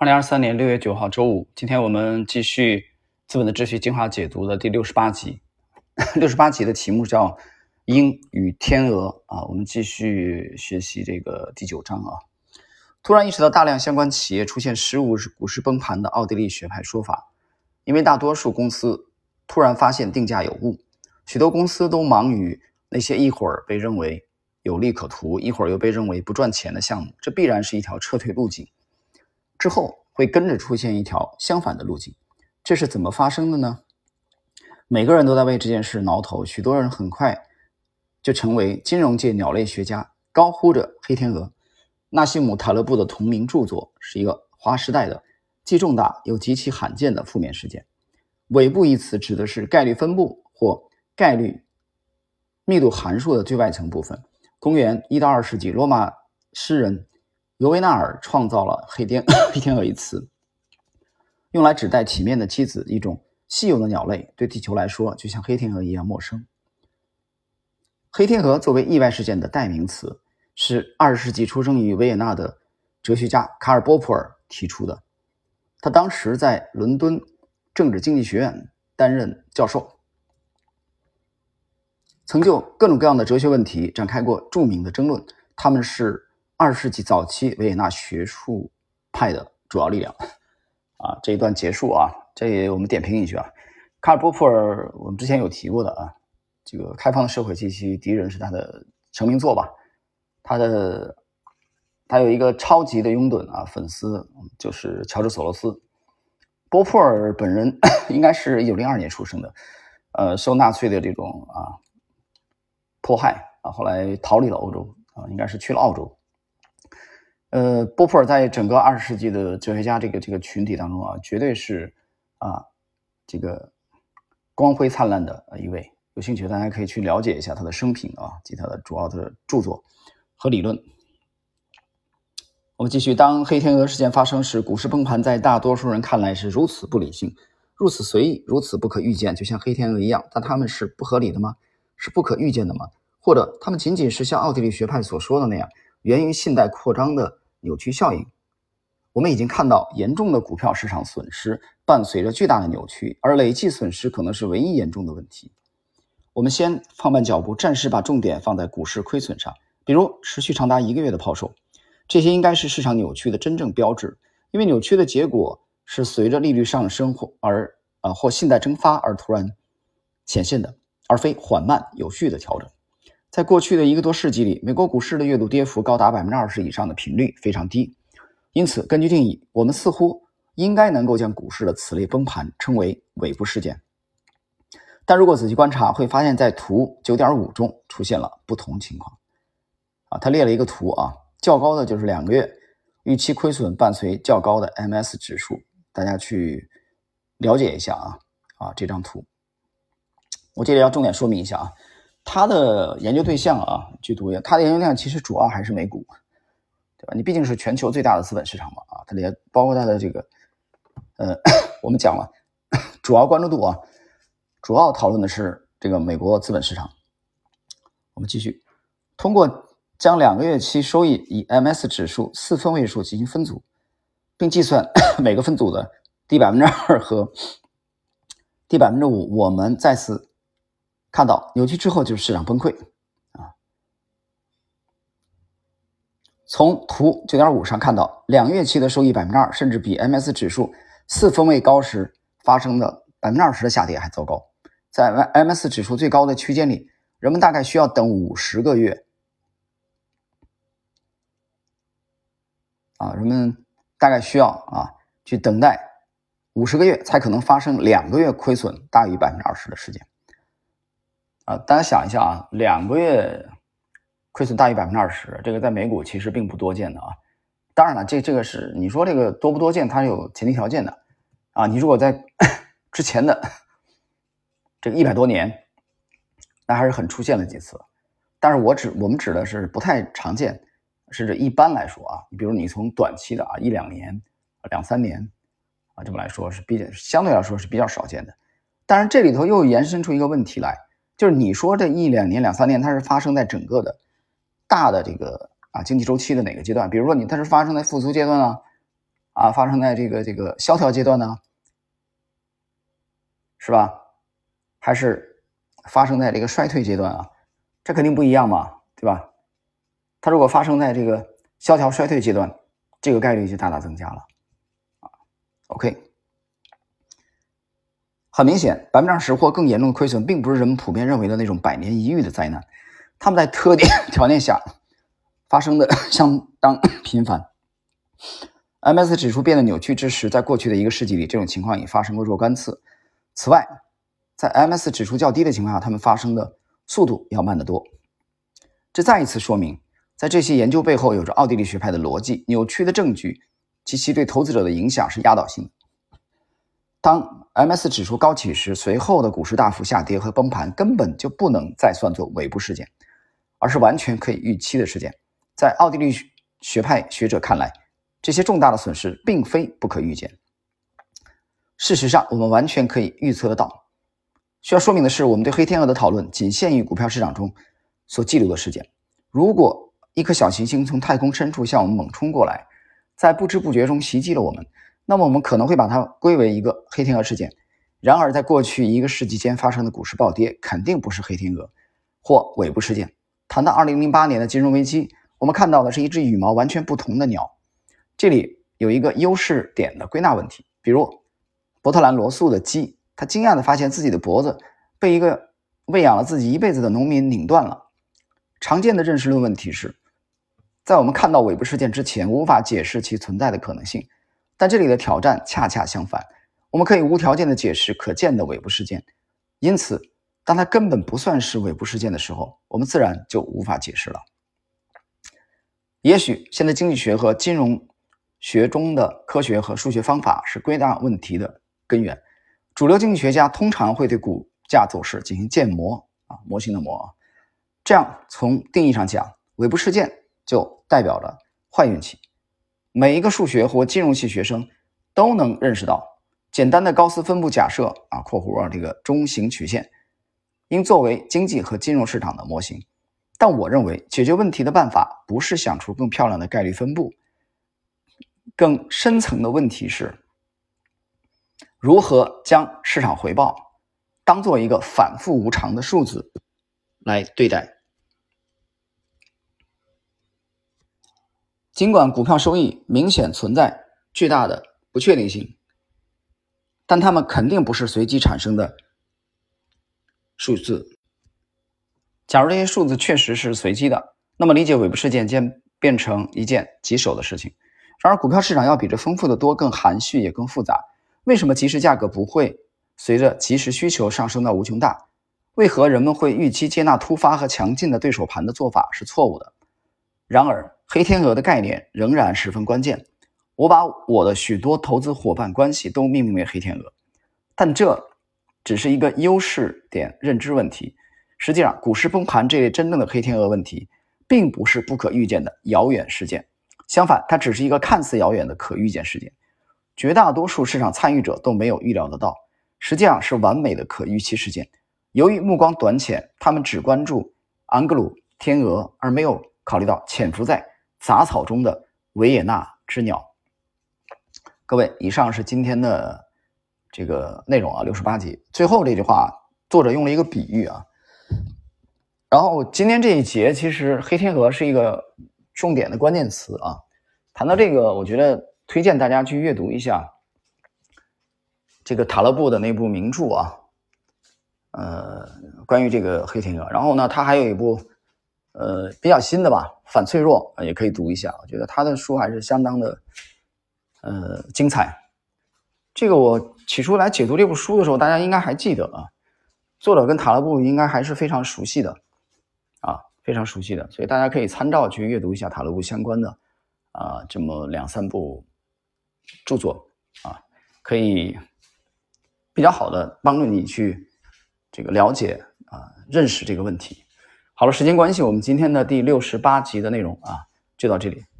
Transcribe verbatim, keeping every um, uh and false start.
二零二三年六月九号周五，今天我们继续《资本的秩序》精华解读的第六十八集。六十八集的题目叫“鹰与天鹅”啊，我们继续学习这个第九章啊。突然意识到大量相关企业出现失误是股市崩盘的奥地利学派说法，因为大多数公司突然发现定价有误，许多公司都忙于那些一会儿被认为有利可图，一会儿又被认为不赚钱的项目，这必然是一条撤退路径。之后会跟着出现一条相反的路径，这是怎么发生的呢？每个人都在为这件事挠头，许多人很快就成为金融界鸟类学家，高呼着黑天鹅。纳西姆·塔勒布的同名著作是一个划时代的既重大又极其罕见的负面事件。尾部一词指的是概率分布或概率密度函数的最外层部分。公元一到二世纪，罗马诗人尤维纳尔创造了黑天黑天鹅一词，用来指代体面的妻子，一种稀有的鸟类，对地球来说就像黑天鹅一样陌生。黑天鹅作为意外事件的代名词，是二十世纪出生于维也纳的哲学家卡尔·波普尔提出的。他当时在伦敦政治经济学院担任教授，曾就各种各样的哲学问题展开过著名的争论，他们是二十世纪早期维也纳学术派的主要力量啊。这一段结束啊，这也我们点评一下。卡尔·波普尔我们之前有提过的啊，这个开放的社会及其敌人是他的成名作吧。他的他有一个超级的拥趸啊粉丝，就是乔治·索罗斯。波普尔本人应该是一九零二年出生的，呃，受纳粹的这种啊迫害啊，后来逃离了欧洲啊，应该是去了澳洲。呃，波普尔在整个二十世纪的哲学家这个这个群体当中啊，绝对是啊这个光辉灿烂的一位。有兴趣大家可以去了解一下他的生平啊及他的主要的著作和理论。我们继续，当黑天鹅事件发生时，股市崩盘在大多数人看来是如此不理性，如此随意，如此不可预见，就像黑天鹅一样。但他们是不合理的吗？是不可预见的吗？或者他们仅仅是像奥地利学派所说的那样，源于信贷扩张的扭曲效应？我们已经看到严重的股票市场损失伴随着巨大的扭曲，而累计损失可能是唯一严重的问题。我们先放慢脚步，暂时把重点放在股市亏损上，比如持续长达一个月的抛售，这些应该是市场扭曲的真正标志，因为扭曲的结果是随着利率上升或而呃或信贷蒸发而突然显现的，而非缓慢有序的调整。在过去的一个多世纪里，美国股市的月度跌幅高达 百分之二十 以上的频率非常低，因此根据定义，我们似乎应该能够将股市的此类崩盘称为尾部事件。但如果仔细观察，会发现在图 九点五 中出现了不同情况啊，他列了一个图啊，较高的就是两个月预期亏损伴随较高的 M S 指数，大家去了解一下啊啊这张图。我这里要重点说明一下啊，他的研究对象啊，据读他的研究对象其实主要还是美股，对吧？你毕竟是全球最大的资本市场嘛啊，它也包括它的这个呃，我们讲了主要关注度啊，主要讨论的是这个美国资本市场。我们继续，通过将两个月期收益以 M S 指数四分位数进行分组，并计算每个分组的第 百分之二 和第 百分之五， 我们再次看到扭曲之后就是市场崩溃啊。从图 九点五 上看到，两月期的收益 百分之二， 甚至比 M S 指数四分位高时发生的 百分之二十 的下跌还糟糕。在 M S 指数最高的区间里，人们大概需要等五十个月啊，人们大概需要啊去等待五十个月才可能发生两个月亏损大于 百分之二十 的事件啊。大家想一下啊，两个月亏损大于 百分之二十， 这个在美股其实并不多见的啊。当然了，这这个是你说这个多不多见，它有前提条件的啊。你如果在之前的这个一百多年，那还是很出现了几次，但是我指我们指的是不太常见，是指一般来说啊，你比如你从短期的啊一两年、两三年啊这么来说是比较相对来说是比较少见的。但是这里头又延伸出一个问题来，就是你说这一两年、两三年它是发生在整个的大的这个啊经济周期的哪个阶段？比如说你它是发生在复苏阶段啊， 啊，发生在这个这个萧条阶段呢，是吧？还是发生在这个衰退阶段啊？这肯定不一样嘛，对吧？它如果发生在这个萧条衰退阶段，这个概率就大大增加了啊。OK， 很明显，百分之二十或更严重的亏损，并不是人们普遍认为的那种百年一遇的灾难，它们在特定条件下发生的相当频繁。M S 指数变得扭曲之时，在过去的一个世纪里，这种情况已发生过若干次。此外，在 M S 指数较低的情况下，它们发生的速度要慢得多。这再一次说明，在这些研究背后有着奥地利学派的逻辑、扭曲的证据及其对投资者的影响是压倒性的。当 M S 指数高起时，随后的股市大幅下跌和崩盘根本就不能再算作尾部事件，而是完全可以预期的事件。在奥地利学派学者看来，这些重大的损失并非不可预见。事实上，我们完全可以预测得到。需要说明的是，我们对黑天鹅的讨论仅限于股票市场中所记录的事件。如果一颗小行星从太空深处向我们猛冲过来，在不知不觉中袭击了我们，那么我们可能会把它归为一个黑天鹅事件。然而，在过去一个世纪间发生的股市暴跌肯定不是黑天鹅或尾部事件。谈到二零零八年的金融危机，我们看到的是一只羽毛完全不同的鸟。这里有一个优势点的归纳问题，比如伯特兰罗素的鸡，他惊讶地发现自己的脖子被一个喂养了自己一辈子的农民拧断了。常见的认识论问题是，在我们看到尾部事件之前，无法解释其存在的可能性。但这里的挑战恰恰相反，我们可以无条件地解释可见的尾部事件。因此，当它根本不算是尾部事件的时候，我们自然就无法解释了。也许现在经济学和金融学中的科学和数学方法是归纳问题的根源。主流经济学家通常会对股价走势进行建模啊，模型的模啊。这样从定义上讲，尾部事件就代表了坏运气。每一个数学或金融系学生都能认识到，简单的高斯分布假设啊（括弧啊这个中型曲线）应作为经济和金融市场的模型。但我认为解决问题的办法不是想出更漂亮的概率分布，更深层的问题是如何将市场回报当做一个反复无常的数字来对待。尽管股票收益明显存在巨大的不确定性，但它们肯定不是随机产生的数字。假如这些数字确实是随机的，那么理解尾部事件将变成一件棘手的事情。然而股票市场要比这丰富得多，更含蓄也更复杂。为什么即时价格不会随着即时需求上升到无穷大？为何人们会预期接纳突发和强劲的对手盘的做法是错误的？然而黑天鹅的概念仍然十分关键。我把我的许多投资伙伴关系都命名为黑天鹅，但这只是一个优势点认知问题。实际上，股市崩盘这类真正的黑天鹅问题并不是不可预见的遥远事件，相反，它只是一个看似遥远的可预见事件。绝大多数市场参与者都没有预料得到，实际上是完美的可预期事件。由于目光短浅，他们只关注安格鲁天鹅，而没有考虑到潜伏在杂草中的维也纳之鸟。各位，以上是今天的这个内容啊，六十八集。最后这句话，作者用了一个比喻啊。然后今天这一节其实黑天鹅是一个重点的关键词啊。谈到这个，我觉得推荐大家去阅读一下这个塔勒布的那部名著啊，呃，关于这个黑天鹅。然后呢，他还有一部呃比较新的吧，反脆弱，也可以读一下。我觉得他的书还是相当的呃精彩。这个我起初来解读这部书的时候，大家应该还记得啊，作者跟塔勒布应该还是非常熟悉的啊，非常熟悉的，所以大家可以参照去阅读一下塔勒布相关的啊这么两三部著作啊，可以比较好的帮助你去这个了解啊认识这个问题。好了，时间关系，我们今天的第六十八集的内容啊就到这里。